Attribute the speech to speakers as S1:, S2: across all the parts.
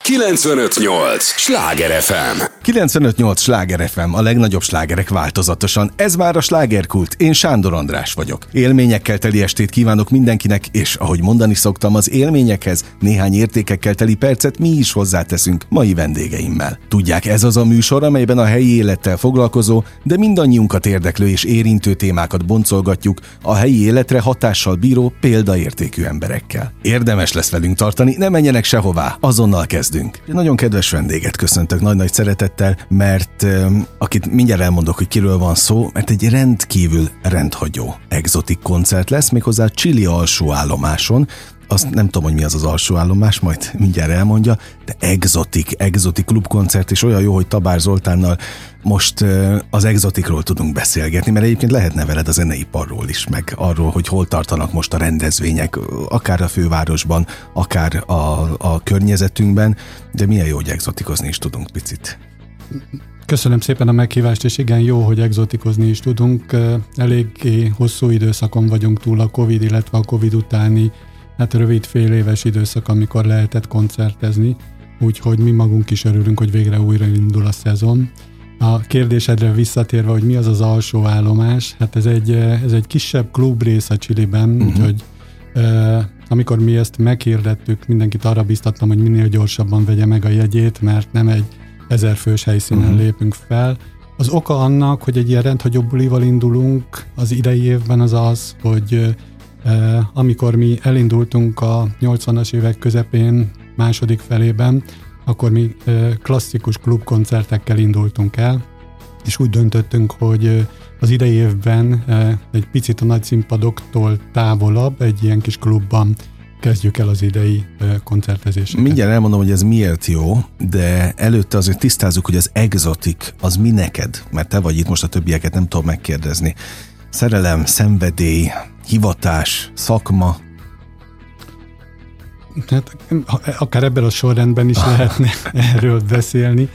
S1: 95.8 Sláger FM.
S2: 95.8 Sláger FM, a legnagyobb slágerek változatosan. Ez már a Slágerkult. Én Sándor András vagyok. Élményekkel teli estét kívánok mindenkinek, és ahogy mondani szoktam, az élményekhez néhány értékekkel teli percet mi is hozzáteszünk mai vendégeimmel. Tudják, ez az a műsor, amelyben a helyi élettel foglalkozó, de mindannyiunkat érdeklő és érintő témákat boncolgatjuk a helyi életre hatással bíró példaértékű emberekkel. Érdemes lesz velünk tartani, ne menjenek sehová, azonnal kezdünk. Nagyon kedves vendéget köszöntök nagy-nagy szeretettel, mert akit mindjárt elmondok, hogy kiről van szó, mert egy rendkívül rendhagyó egzotik koncert lesz, méghozzá a Chili alsó állomáson. Azt nem tudom, hogy mi az az alsó állomás, majd mindjárt elmondja, de exotik klubkoncert, és olyan jó, hogy Tabár Zoltánnal most az exotikról tudunk beszélgetni, mert egyébként lehetne veled a zeneiparról is, meg arról, hogy hol tartanak most a rendezvények, akár a fővárosban, akár a környezetünkben, de milyen jó, hogy exotikozni is tudunk picit.
S3: Köszönöm szépen a meghívást, és igen, jó, hogy exotikozni is tudunk. Eléggé hosszú időszakon vagyunk túl a Covid, illetve a Covid utáni rövid fél éves időszak, amikor lehetett koncertezni, úgyhogy mi magunk is örülünk, hogy végre újra indul a szezon. A kérdésedre visszatérve, hogy mi az az alsó állomás, hát ez egy kisebb klubrész a Chiliben, úgyhogy amikor mi ezt meghirdettük, mindenkit arra biztattam, hogy minél gyorsabban vegye meg a jegyét, mert nem egy 1000 fős helyszínen lépünk fel. Az oka annak, hogy egy ilyen rendhagyó bulival indulunk az idei évben az, hogy amikor mi elindultunk a 80-as évek közepén, második felében, akkor mi klasszikus klubkoncertekkel indultunk el, és úgy döntöttünk, hogy az idei évben egy picit a nagy színpadoktól távolabb, egy ilyen kis klubban kezdjük el az idei koncertezéseket.
S2: Mindjárt elmondom, hogy ez miért jó, de előtte azért tisztázzuk, hogy az exotik az mi neked, mert te vagy itt, most a többieket nem tudom megkérdezni. Szerelem, szenvedély, hivatás, szakma.
S3: Hát, akár ebben a sorrendben is lehetne erről beszélni.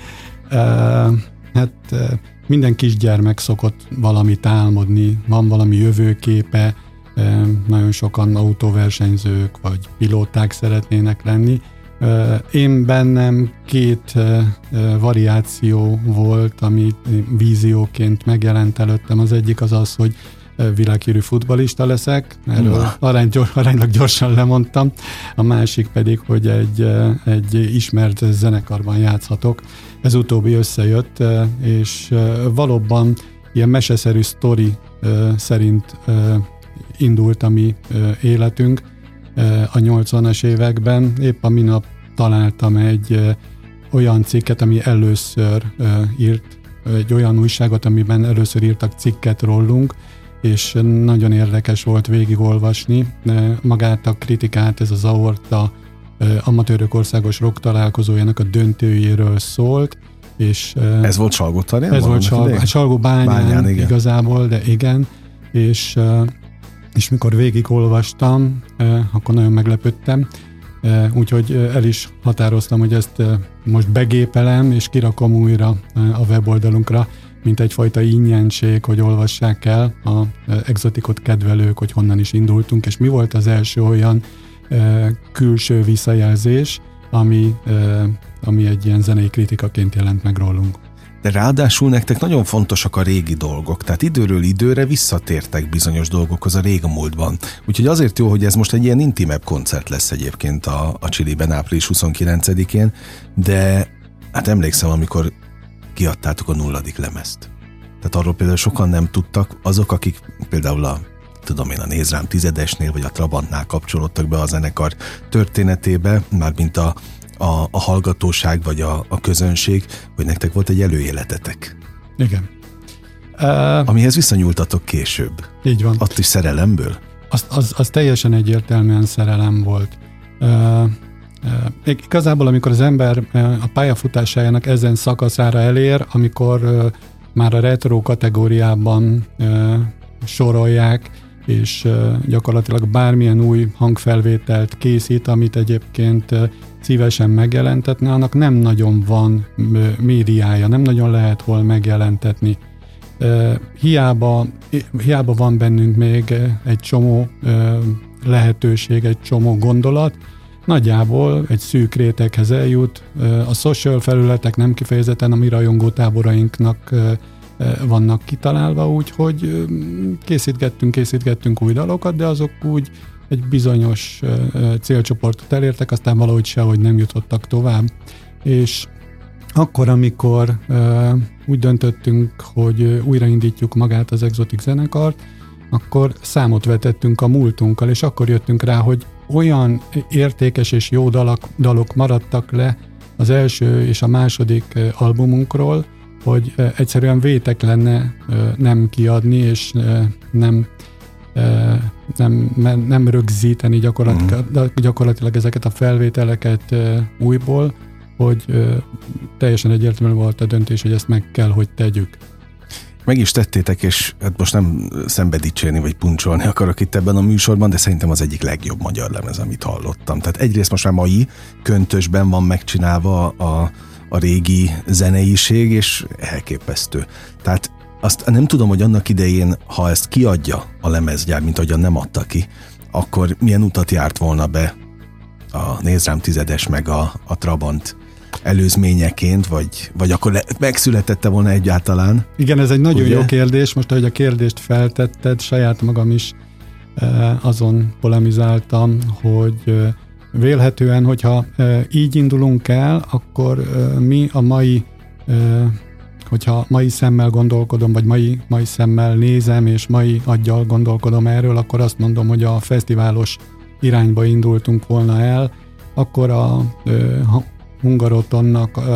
S3: Minden kisgyermek szokott valamit álmodni, van valami jövőképe, nagyon sokan autóversenyzők vagy pilóták szeretnének lenni. Én bennem két variáció volt, ami vízióként megjelent előttem. Az egyik az, hogy világhírű futballista leszek, erről aránylag gyorsan lemondtam. A másik pedig, hogy egy ismert zenekarban játszhatok. Ez utóbbi összejött, és valóban ilyen meseszerű sztori szerint indult a mi életünk a 80-as években. Épp a minap találtam egy olyan cikket, ami először írt, egy olyan újságot, amiben először írtak cikket rólunk, és nagyon érdekes volt végigolvasni magát a kritikát. Ez az Aorta Amatőrök Országos Rock Találkozójának a döntőjéről szólt. És
S2: ez volt Salgó-Tarjánban?
S3: Ez volt Salgó-Bányán igazából, de igen. És mikor végigolvastam, akkor nagyon meglepődtem. Úgyhogy el is határoztam, hogy ezt most begépelem, és kirakom újra a weboldalunkra, mint egyfajta ingyentség, hogy olvassák el a exotikot kedvelők, hogy honnan is indultunk, és mi volt az első olyan külső visszajelzés, ami egy ilyen zenei kritikaként jelent meg rólunk.
S2: De ráadásul nektek nagyon fontosak a régi dolgok, tehát időről időre visszatértek bizonyos dolgokhoz a régmúltban. Úgyhogy azért jó, hogy ez most egy ilyen intimebb koncert lesz egyébként a Chiliben április 29-én, de hát emlékszem, amikor kiadtátok a 0. lemezt. Tehát arról például sokan nem tudtak, azok, akik például a Nézd rám 10-esnél, vagy a Trabantnál kapcsolódtak be a zenekar történetébe, mármint a hallgatóság, vagy a közönség, hogy nektek volt egy előéletetek.
S3: Igen.
S2: Amihez visszanyúltatok később.
S3: Így van.
S2: Azt is szerelemből?
S3: Az teljesen egyértelműen szerelem volt. Igazából, amikor az ember a pályafutásájának ezen szakaszára elér, amikor már a retro kategóriában sorolják, és gyakorlatilag bármilyen új hangfelvételt készít, amit egyébként szívesen megjelentetne, annak nem nagyon van médiája, nem nagyon lehet hol megjelentetni. Hiába van bennünk még egy csomó lehetőség, egy csomó gondolat, nagyjából egy szűk réteghez eljut. A social felületek nem kifejezetten a mi rajongó táborainknak vannak kitalálva, úgyhogy készítgettünk új dalokat, de azok úgy egy bizonyos célcsoportot elértek, aztán valahogy sehogy nem jutottak tovább. És akkor, amikor úgy döntöttünk, hogy újraindítjuk magát az Exotic zenekart, akkor számot vetettünk a múltunkkal, és akkor jöttünk rá, hogy olyan értékes és jó dalok maradtak le az első és a második albumunkról, hogy egyszerűen vétek lenne nem kiadni, és nem rögzíteni gyakorlatilag ezeket a felvételeket újból, hogy teljesen egyértelmű volt a döntés, hogy ezt meg kell, hogy tegyük.
S2: Meg is tettétek, és hát most nem szembedicsérni vagy puncsolni akarok itt ebben a műsorban, de szerintem az egyik legjobb magyar lemez, amit hallottam. Tehát egyrészt most már mai köntösben van megcsinálva a régi zeneiség, és elképesztő. Tehát azt nem tudom, hogy annak idején, ha ezt kiadja a lemezgyár, mint ahogyan nem adta ki, akkor milyen utat járt volna be a Nézd rám tizedes meg a Trabant előzményeként, vagy akkor megszületette volna egyáltalán?
S3: Igen, ez egy nagyon jó kérdés. Most, ahogy a kérdést feltetted, saját magam is azon polemizáltam, hogy vélhetően, hogyha így indulunk el, akkor mi a mai, hogyha mai szemmel gondolkodom, vagy mai szemmel nézem, és mai aggyal gondolkodom erről, akkor azt mondom, hogy a fesztiválos irányba indultunk volna el, akkor a Hungarotonnak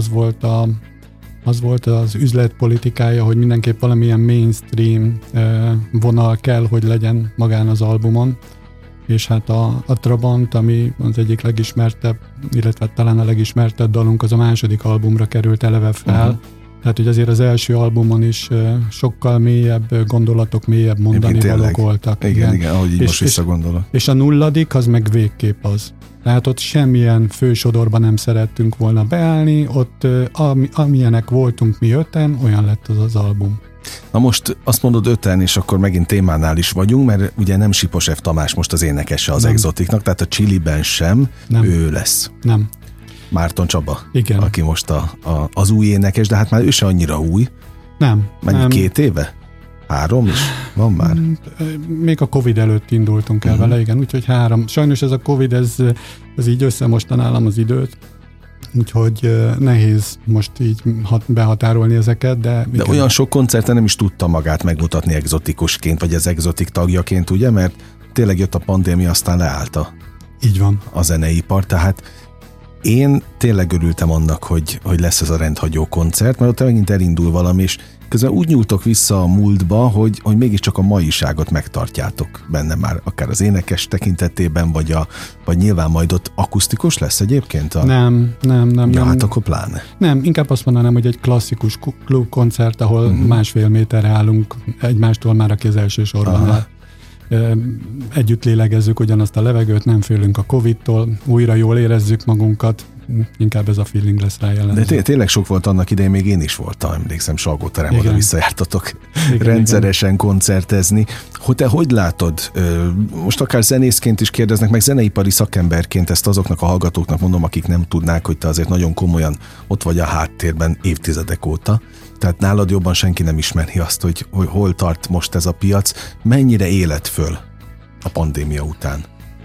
S3: az volt az üzletpolitikája, hogy mindenképp valamilyen mainstream vonal kell, hogy legyen magán az albumon, és hát a Trabant, ami az egyik legismertebb, illetve talán a legismertebb dalunk, az a második albumra került eleve fel. Tehát, hogy azért az első albumon is sokkal mélyebb gondolatok, mélyebb mondani valók voltak.
S2: Igen, ahogy így most visszagondolok.
S3: És a nulladik, az meg végképp az. Tehát ott semmilyen fősodorba nem szerettünk volna beállni, ott amilyenek voltunk mi öten, olyan lett az album.
S2: Na most azt mondod öten, és akkor megint témánál is vagyunk, mert ugye nem Sipos F. Tamás most az énekese az Exoticnak, tehát a Chiliben sem ő lesz.
S3: Nem.
S2: Márton Csaba,
S3: igen,
S2: aki most az új énekes, de hát már ő se annyira új.
S3: Nem.
S2: Mennyi, 2 éve? 3 is? Van már?
S3: Még a Covid előtt indultunk el vele, igen, úgyhogy 3. Sajnos ez a Covid, ez így összemosta nálam az időt, úgyhogy nehéz most így behatárolni ezeket, de
S2: olyan sok koncerten nem is tudta magát megmutatni egzotikusként, vagy az Exotic tagjaként, ugye? Mert tényleg jött a pandémia, aztán leállta.
S3: Így van.
S2: A zeneipar, tehát én tényleg örültem annak, hogy lesz ez a rendhagyó koncert, mert ott megint elindul valami, és közben úgy nyúltok vissza a múltba, hogy mégiscsak a maiságot megtartjátok benne már, akár az énekes tekintetében, vagy nyilván majd ott akusztikus lesz egyébként?
S3: Nem.
S2: Ja, hát akkor pláne.
S3: Nem, inkább azt mondanám, hogy egy klasszikus klubkoncert, ahol 1,5 méterre állunk egymástól már, aki az első sorban áll. Együtt lélegezzük ugyanazt a levegőt, nem félünk a Covid-tól, újra jól érezzük magunkat, inkább ez a feeling lesz rá jellemző.
S2: De tényleg sok volt annak idején, még én is voltam, emlékszem, Salgóterem, oda visszajártatok rendszeresen koncertezni. Te hogy látod, most akár zenészként is kérdeznek, meg zeneipari szakemberként, ezt azoknak a hallgatóknak mondom, akik nem tudnák, hogy te azért nagyon komolyan ott vagy a háttérben évtizedek óta, tehát nálad jobban senki nem ismeri azt, hogy hol tart most ez a piac, mennyire élet föl a pandémia után?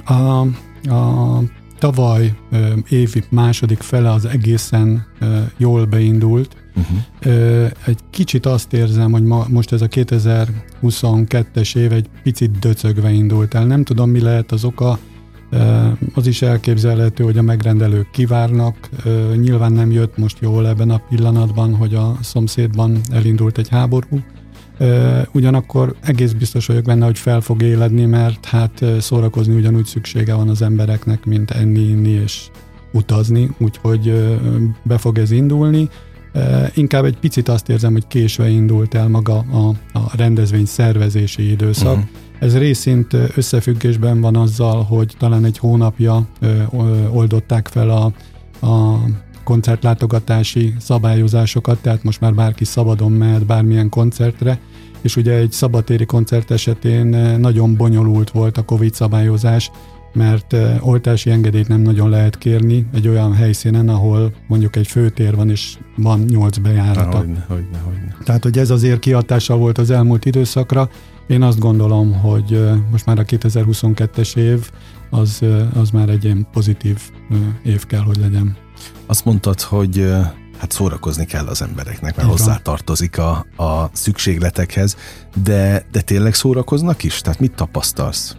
S3: A tavaly évi második fele az egészen jól beindult. Egy kicsit azt érzem, hogy most ez a 2022-es év egy picit döcögve indult el. Nem tudom, mi lehet az oka. Az is elképzelhető, hogy a megrendelők kivárnak. Nyilván nem jött most jól ebben a pillanatban, hogy a szomszédban elindult egy háború. Ugyanakkor egész biztos vagyok benne, hogy fel fog éledni, mert hát szórakozni ugyanúgy szüksége van az embereknek, mint enni, inni és utazni, úgyhogy be fog ez indulni. Inkább egy picit azt érzem, hogy késve indult el maga a rendezvény szervezési időszak. Ez részint összefüggésben van azzal, hogy talán egy hónapja oldották fel a koncertlátogatási szabályozásokat, tehát most már bárki szabadon mehet bármilyen koncertre, és ugye egy szabadtéri koncert esetén nagyon bonyolult volt a Covid szabályozás, mert oltási engedélyt nem nagyon lehet kérni egy olyan helyszínen, ahol mondjuk egy főtér van, és van 8 bejárata.
S2: Hogyne.
S3: Tehát, hogy ez azért kihatással volt az elmúlt időszakra. Én azt gondolom, hogy most már a 2022-es év az már egy ilyen pozitív év kell, hogy legyen.
S2: Azt mondtad, hogy hát szórakozni kell az embereknek, mert hozzátartozik a szükségletekhez, de tényleg szórakoznak is? Tehát mit tapasztalsz?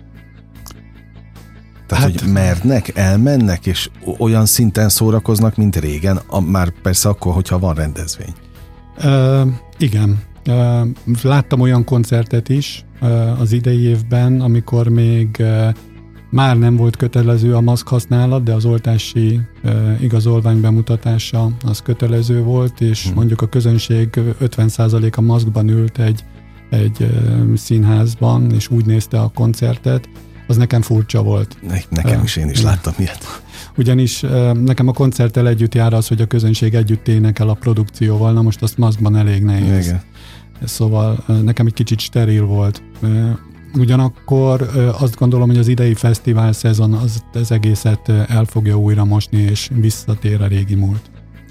S2: Tehát, hogy mernek, elmennek, és olyan szinten szórakoznak, mint régen, már persze akkor, hogyha van rendezvény.
S3: Igen. Láttam olyan koncertet is az idei évben, amikor még már nem volt kötelező a maszk használat, de az oltási igazolvány bemutatása az kötelező volt, és mondjuk a közönség 50%-a maszkban ült egy színházban, és úgy nézte a koncertet, az nekem furcsa volt.
S2: Nekem is, én is láttam ilyet.
S3: Ugyanis nekem a koncerttel együtt jár az, hogy a közönség együtt énekel a produkcióval, na most azt maszkban elég nehéz. Igen. Szóval nekem egy kicsit steril volt. Ugyanakkor azt gondolom, hogy az idei fesztivál szezon az egészet el fogja újra mosni, és visszatér a régi múlt.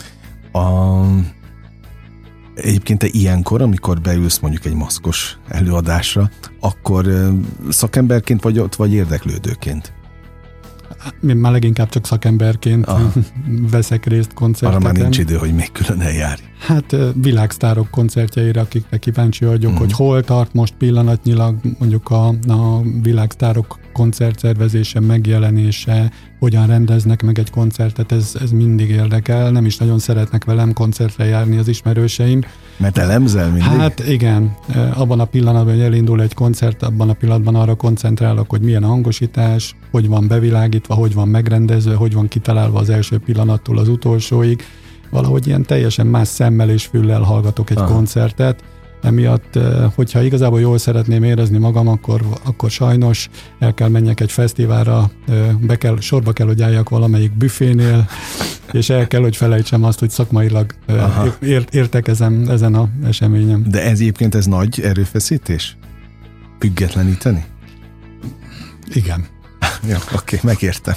S2: Egyébként te ilyenkor, amikor beülsz mondjuk egy maszkos előadásra, akkor szakemberként vagy ott, vagy érdeklődőként?
S3: Én már leginkább csak szakemberként veszek részt koncerteken.
S2: Arra már nincs idő, hogy még külön eljárj.
S3: Hát világsztárok koncertjeire, akiknek kíváncsi vagyok, hogy hol tart most pillanatnyilag mondjuk a világsztárok koncertszervezése, megjelenése, hogyan rendeznek meg egy koncertet, ez mindig érdekel. Nem is nagyon szeretnek velem koncertre járni az ismerőseim.
S2: Mert elemzel mindig?
S3: Hát igen, abban a pillanatban, hogy elindul egy koncert, abban a pillanatban arra koncentrálok, hogy milyen a hangosítás, hogy van bevilágítva, hogy van megrendezve, hogy van kitalálva az első pillanattól az utolsóig. Valahogy ilyen teljesen más szemmel és füllel hallgatok egy koncertet. Emiatt, hogyha igazából jól szeretném érezni magam, akkor sajnos el kell menjek egy fesztiválra, sorba kell, hogy álljak valamelyik büfénél, és el kell, hogy felejtsem azt, hogy szakmailag értekezem ezen az eseményen.
S2: De egyébként ez nagy erőfeszítés? Függetleníteni?
S3: Igen.
S2: Jó, oké, megértem.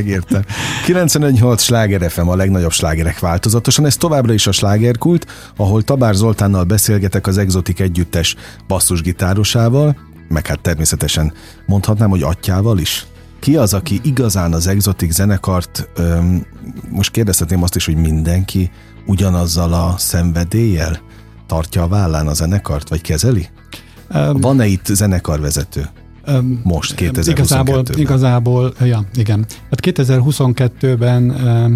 S2: 91.8 Sláger FM, a legnagyobb slágerek változatosan. Ez továbbra is a Slágerkult, ahol Tabár Zoltánnal beszélgetek, az Exotic együttes basszusgitárosával, meg hát természetesen mondhatnám, hogy atyával is. Ki az, aki igazán az Exotic zenekart, most kérdezhetném azt is, hogy mindenki ugyanazzal a szenvedéllyel tartja a vállán a zenekart, vagy kezeli? Van-e itt zenekarvezető? Most 2022-ben.
S3: Igazából, ja, igen. Hát 2022-ben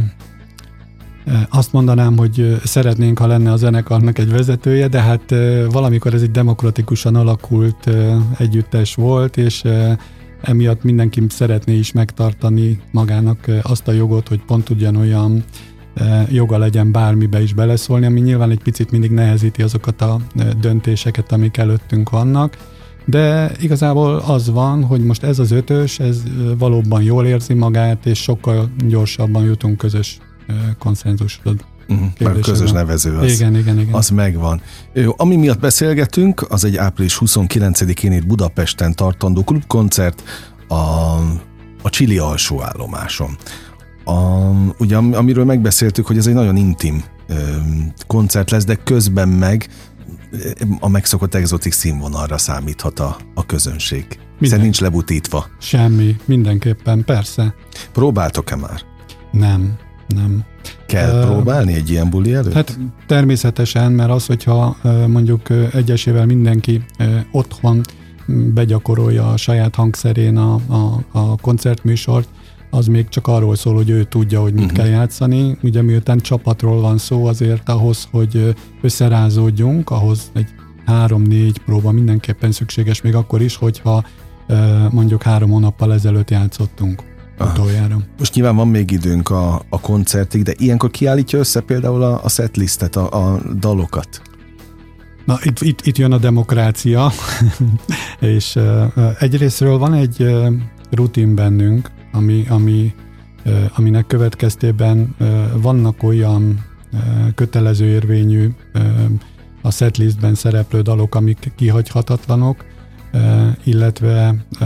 S3: azt mondanám, hogy szeretnénk, ha lenne a zenekarnak egy vezetője, de hát valamikor ez egy demokratikusan alakult együttes volt, és emiatt mindenki szeretné is megtartani magának azt a jogot, hogy pont ugyanolyan joga legyen bármibe is beleszólni, ami nyilván egy picit mindig nehezíti azokat a döntéseket, amik előttünk vannak. De igazából az van, hogy most ez az ötös, ez valóban jól érzi magát, és sokkal gyorsabban jutunk közös konszenzusra.
S2: Már közös nevező az,
S3: igen.
S2: Az megvan. Ami miatt beszélgetünk, az egy április 29-én itt Budapesten tartandó klubkoncert a Chili alsó állomáson. Ugye, amiről megbeszéltük, hogy ez egy nagyon intim koncert lesz, de közben meg a megszokott Exotic színvonalra számíthat a közönség. Hiszen nincs lebutítva.
S3: Semmi, mindenképpen, persze.
S2: Próbáltok-e már?
S3: Nem.
S2: Kell próbálni egy ilyen buli előtt?
S3: Hát természetesen, mert az, hogyha mondjuk egyesével mindenki otthon begyakorolja a saját hangszerén a koncertműsort, az még csak arról szól, hogy ő tudja, hogy mit kell játszani. Ugye miután csapatról van szó, azért ahhoz, hogy összerázódjunk, ahhoz egy 3-4 próba mindenképpen szükséges, még akkor is, hogyha mondjuk 3 hónappal ezelőtt játszottunk utoljára. Most
S2: nyilván van még időnk a koncertig, de ilyenkor kiállítja össze például a setlistet, a dalokat?
S3: Na, itt jön a demokrácia, és egyrésztről van egy rutin bennünk, aminek következtében vannak olyan kötelező érvényű a setlistben szereplő dalok, amik kihagyhatatlanok, illetve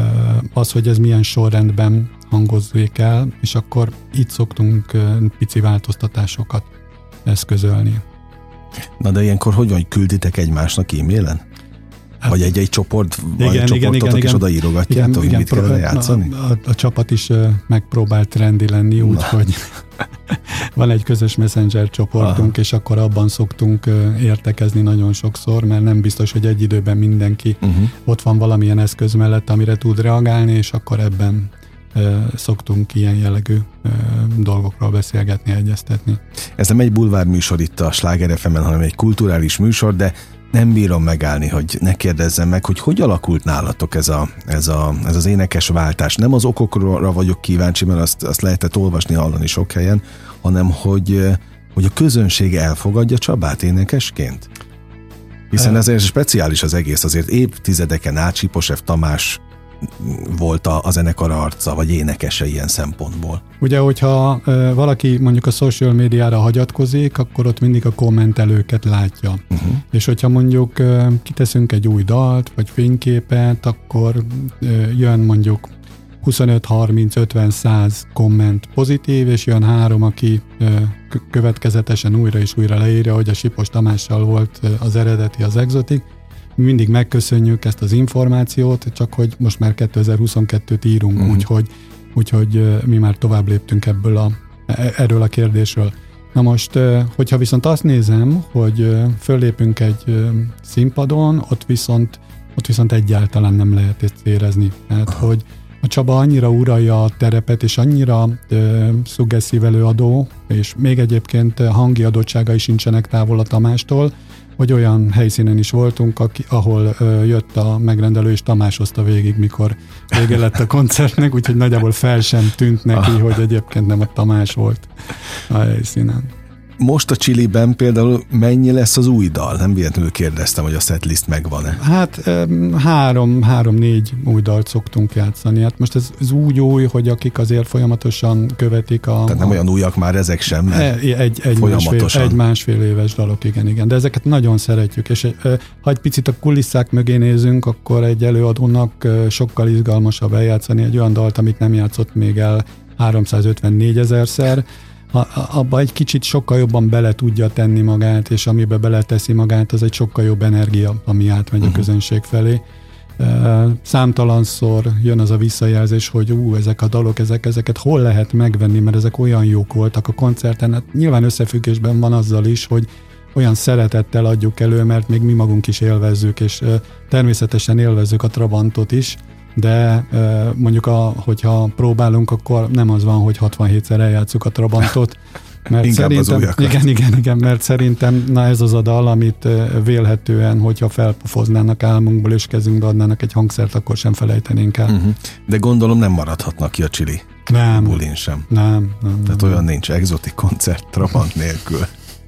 S3: az, hogy ez milyen sorrendben hangozzék el, és akkor itt szoktunk pici változtatásokat eszközölni.
S2: Na de ilyenkor hogy van, hogy külditek egymásnak e-mailen? Vagy egy csoport, vagy egy csoportotok, és oda írogatjátok, hogy mit kell játszani?
S3: A csapat is megpróbált trendi lenni, úgyhogy van egy közös messenger csoportunk, és akkor abban szoktunk értekezni nagyon sokszor, mert nem biztos, hogy egy időben mindenki ott van valamilyen eszköz mellett, amire tud reagálni, és akkor ebben szoktunk ilyen jellegű dolgokról beszélgetni, egyeztetni. Ez nem egy bulvár műsor itt a Sláger FM-en, hanem egy kulturális műsor, de nem bírom megállni, hogy ne kérdezzem meg, hogy alakult nálatok ez az énekes váltás. Nem az okokra vagyok kíváncsi, mert azt lehetett olvasni, hallani sok helyen, hanem hogy a közönség elfogadja Csabát énekesként. Hiszen ezért speciális az egész, azért évtizedeken át Siposev Tamás volt a zenekar arca, vagy énekese ilyen szempontból. Ugye, hogyha valaki mondjuk a social médiára hagyatkozik, akkor ott mindig a kommentelőket látja. És hogyha mondjuk kiteszünk egy új dalt, vagy fényképet, akkor jön mondjuk 25-30-50-100 komment pozitív, és jön 3, aki következetesen újra és újra leírja, hogy a Sipos Tamással volt az eredeti, az Exotic. Mi mindig megköszönjük ezt az információt, csak hogy most már 2022-t írunk, úgyhogy mi már tovább léptünk erről a kérdésről. Na most, hogyha viszont azt nézem, hogy föllépünk egy színpadon, ott viszont egyáltalán nem lehet ezt érezni. Tehát, hogy a Csaba annyira uralja a terepet, és annyira szuggesszív előadó, és még egyébként hangi adottságai sincsenek távol a Tamástól, hogy olyan helyszínen is voltunk, ahol jött a megrendelő, és Tamás hozta végig, mikor vége lett a koncertnek, úgyhogy nagyjából fel sem tűnt neki, hogy egyébként nem a Tamás volt a helyszínen. Most a Chiliben például mennyi lesz az új dal? Nem véletlenül kérdeztem, hogy a setlist megvan-e. Hát 3-4 új dalt szoktunk játszani. Hát most ez úgy új, hogy akik azért folyamatosan követik Tehát nem olyan újak már ezek sem, egy másfél éves dalok, igen. De ezeket nagyon szeretjük, és ha egy picit a kulisszák mögé nézünk, akkor egy előadónak sokkal izgalmasabb eljátszani egy olyan dalt, amit nem játszott még el 354 000-szer, abba egy kicsit sokkal jobban bele tudja tenni magát, és amiben beleteszi magát, az egy sokkal jobb energia, ami átmegy a közönség felé. Számtalanszor jön az a visszajelzés, hogy ezek a dalok, ezeket hol lehet megvenni, mert ezek olyan jók voltak a koncerten. Hát nyilván összefüggésben van azzal is, hogy olyan szeretettel adjuk elő, mert még mi magunk is élvezzük, és természetesen élvezzük a Trabantot is, de mondjuk, hogyha próbálunk, akkor nem az van, hogy 67-szer eljátszuk a Trabantot, mert szerintem, igen, mert szerintem ez az a dal, amit vélhetően, hogyha felpofoznának álmunkból és kezünkbe adnának egy hangszert, akkor sem felejtenénk el. De gondolom nem maradhatnak ki a Chili bulin sem. Nem. Tehát olyan nincs Exotic koncert Trabant nélkül.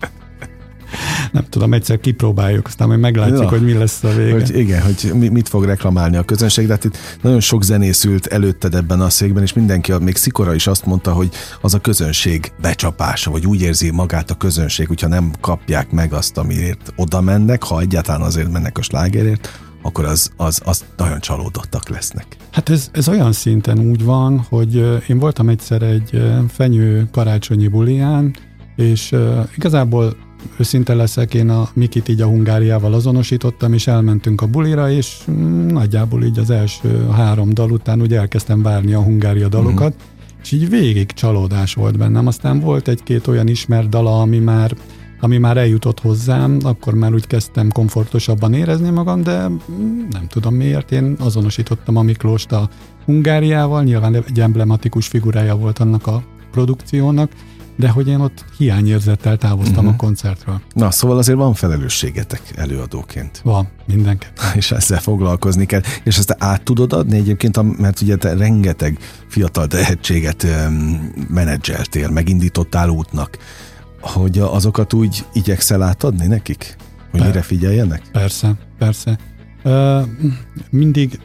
S3: Nem tudom, egyszer kipróbáljuk, aztán majd meglátjuk, hogy mi lesz a vége. Hogy mit fog reklamálni a közönség, de hát itt nagyon sok zenész ült előtted ebben a székben, és mindenki, még Szikora is azt mondta, hogy az a közönség becsapása, vagy úgy érzi magát a közönség, hogyha nem kapják meg azt, amiért oda mennek, ha egyáltalán azért mennek a slágerért, akkor az nagyon csalódottak lesznek. Hát ez olyan szinten úgy van, hogy én voltam egyszer egy fenyő karácsonyi buliján, és igazából őszinte leszek, én a Mikit így a Hungáriával azonosítottam, és elmentünk a bulira, és nagyjából így az első 3 dal után úgy elkezdtem várni a Hungária dalokat, és így végig csalódás volt bennem. Aztán volt egy-két olyan ismert dala, ami már eljutott hozzám, akkor már úgy kezdtem komfortosabban érezni magam, de nem tudom miért, én azonosítottam a Miklóst a Hungáriával, nyilván egy emblematikus figurája volt annak a produkciónak, de hogy én ott hiányérzettel távoztam a koncertről. Na, szóval azért van felelősségetek előadóként. Van, mindenképpen. És ezzel foglalkozni kell. És ezt át tudod adni egyébként, mert ugye te rengeteg fiatal tehetséget menedzseltél, megindítottál útnak, hogy azokat úgy igyekszel átadni nekik? Hogy mire figyeljenek? Persze. Mindig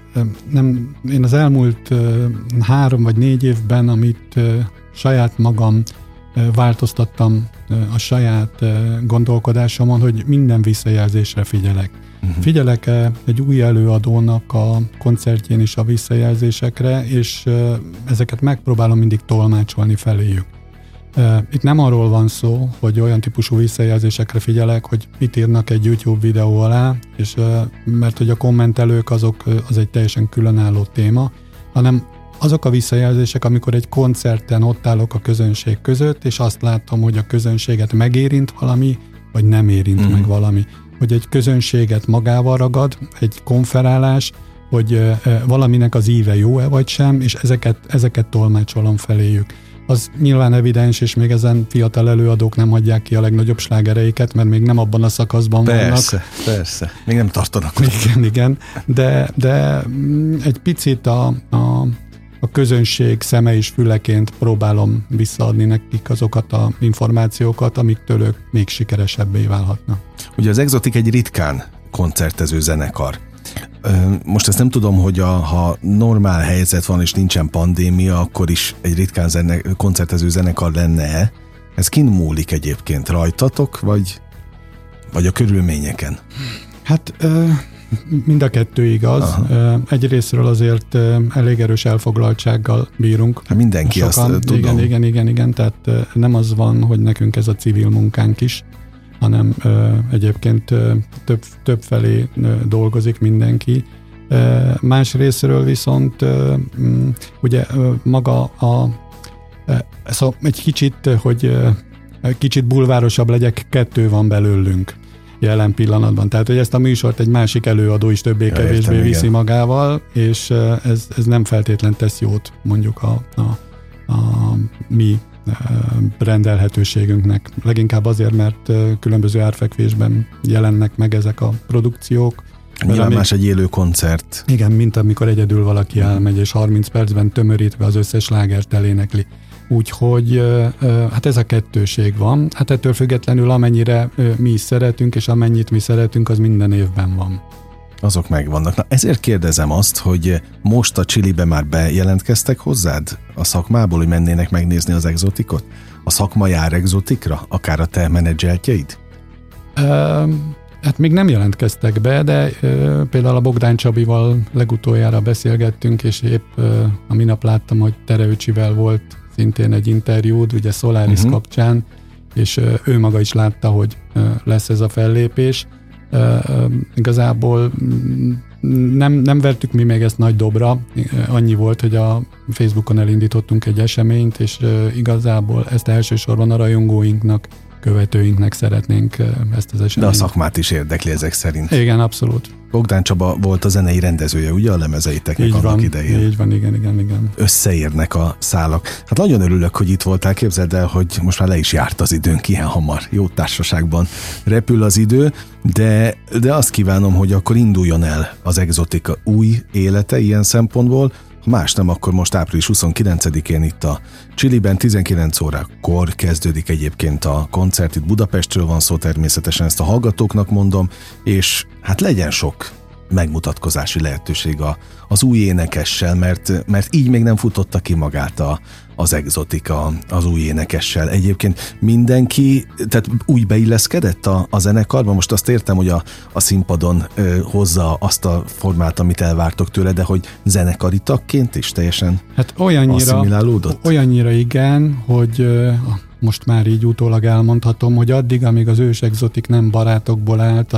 S3: én az elmúlt 3 vagy 4 évben, amit saját magam változtattam a saját gondolkodásomon, hogy minden visszajelzésre figyelek. Figyelek egy új előadónak a koncertjén is a visszajelzésekre, és ezeket megpróbálom mindig tolmácsolni feléjük. Itt nem arról van szó, hogy olyan típusú visszajelzésekre figyelek, hogy mit írnak egy YouTube videó alá, és mert hogy a kommentelők az egy teljesen különálló téma, hanem azok a visszajelzések, amikor egy koncerten ott állok a közönség között, és azt látom, hogy a közönséget megérint valami, vagy nem érint meg valami. Hogy egy közönséget magával ragad, egy konferálás, hogy valaminek az íve jó-e vagy sem, és ezeket tolmácsolom feléjük. Az nyilván evidens, és még ezen fiatal előadók nem hagyják ki a legnagyobb slágereiket, mert még nem abban a szakaszban vannak.
S2: Persze, még nem tartanak.
S3: Igen, de egy picit a közönség szeme és füleként próbálom visszaadni nekik azokat az információkat, amiktől ők még sikeresebbé válhatnak.
S2: Ugye az Exotic egy ritkán koncertező zenekar. Most ezt nem tudom, hogy ha normál helyzet van és nincsen pandémia, akkor is egy ritkán koncertező zenekar lenne-e? Ez kin múlik egyébként? Rajtatok, vagy a körülményeken?
S3: Hát mind a kettő igaz. Egyrészről azért elég erős elfoglaltsággal bírunk.
S2: Hát mindenki sokan, azt tudom.
S3: Igen, tehát nem az van, hogy nekünk ez a civil munkánk is, hanem egyébként több felé dolgozik mindenki. Más részről viszont ugye maga szóval egy kicsit bulvárosabb legyek, 2 van belőlünk jelen pillanatban. Tehát, hogy ezt a műsort egy másik előadó is többé-kevésbé viszi magával, és ez nem feltétlen tesz jót mondjuk a mi rendelhetőségünknek. Leginkább azért, mert különböző árfekvésben jelennek meg ezek a produkciók.
S2: Nyilván más egy élő koncert.
S3: Igen, mint amikor egyedül valaki elmegy, és 30 percben tömörítve az összes slágert elénekli. Úgyhogy hát ez a kettőség van. Hát ettől függetlenül amennyire mi is szeretünk, és amennyit mi szeretünk, az minden évben van.
S2: Azok megvannak. Na, ezért kérdezem azt, hogy most a Chilibe már bejelentkeztek hozzád a szakmából, hogy mennének megnézni az Exoticot? A szakma jár Exoticra? Akár a te menedzseltjeid?
S3: Hát még nem jelentkeztek be, de például a Bogdán Csabival legutoljára beszélgettünk, és épp a minap láttam, hogy Tereöcsivel volt szintén egy interjúd, ugye Solaris kapcsán, és ő maga is látta, hogy lesz ez a fellépés. Igazából nem vertük mi még ezt nagy dobra, annyi volt, hogy a Facebookon elindítottunk egy eseményt, és igazából ezt elsősorban a rajongóinknak, követőinknek szeretnénk ezt az eseményt.
S2: De a szakmát is érdekli ezek szerint.
S3: Igen, abszolút.
S2: Bogdán Csaba volt a zenei rendezője, ugye, a lemezeiteknek annak idején.
S3: Így van, igen.
S2: Összeérnek a szálak. Hát nagyon örülök, hogy itt voltál, képzeld el, hogy most már le is járt az időnk ilyen hamar. Jó társaságban repül az idő, de azt kívánom, hogy akkor induljon el az Exotica új élete ilyen szempontból. Ha más nem, akkor most április 29-én itt a Chiliben 19 órakor kezdődik egyébként a koncert, itt Budapestről van szó, természetesen ezt a hallgatóknak mondom, és hát legyen sok megmutatkozási lehetőség az új énekessel, mert így még nem futotta ki magát az Exotica az új énekessel. Egyébként mindenki, tehát úgy beilleszkedett a zenekarban, most azt értem, hogy a színpadon hozza azt a formát, amit elvártok tőle, de hogy zenekari tagként is teljesen asszimilálódott? Olyannyira
S3: igen, hogy most már így utólag elmondhatom, hogy addig, amíg az ős Exotic nem barátokból állt,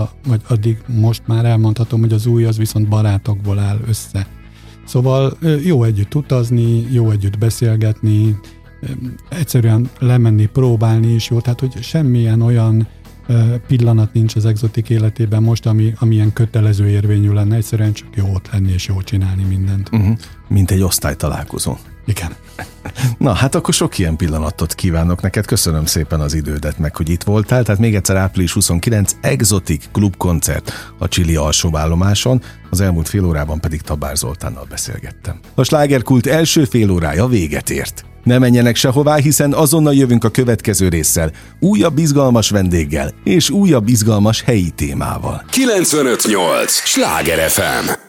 S3: addig most már elmondhatom, hogy az új az viszont barátokból áll össze. Szóval jó együtt utazni, jó együtt beszélgetni, egyszerűen lemenni, próbálni is jó, tehát hogy semmilyen olyan pillanat nincs az Exotic életében most, ami ilyen kötelező érvényű lenne, egyszerűen csak jó ott lenni és jó csinálni mindent.
S2: Mint egy osztálytalálkozó.
S3: Igen.
S2: Na, hát akkor sok ilyen pillanatot kívánok neked, köszönöm szépen az idődet, meg hogy itt voltál, tehát még egyszer április 29 Exotic klubkoncert a Chili alsóállomáson, az elmúlt fél órában pedig Tabár Zoltánnal beszélgettem. A Slágerkult első fél órája véget ért. Ne menjenek sehová, hiszen azonnal jövünk a következő résszel, újabb izgalmas vendéggel és újabb izgalmas helyi témával.
S1: 95.8 Sláger FM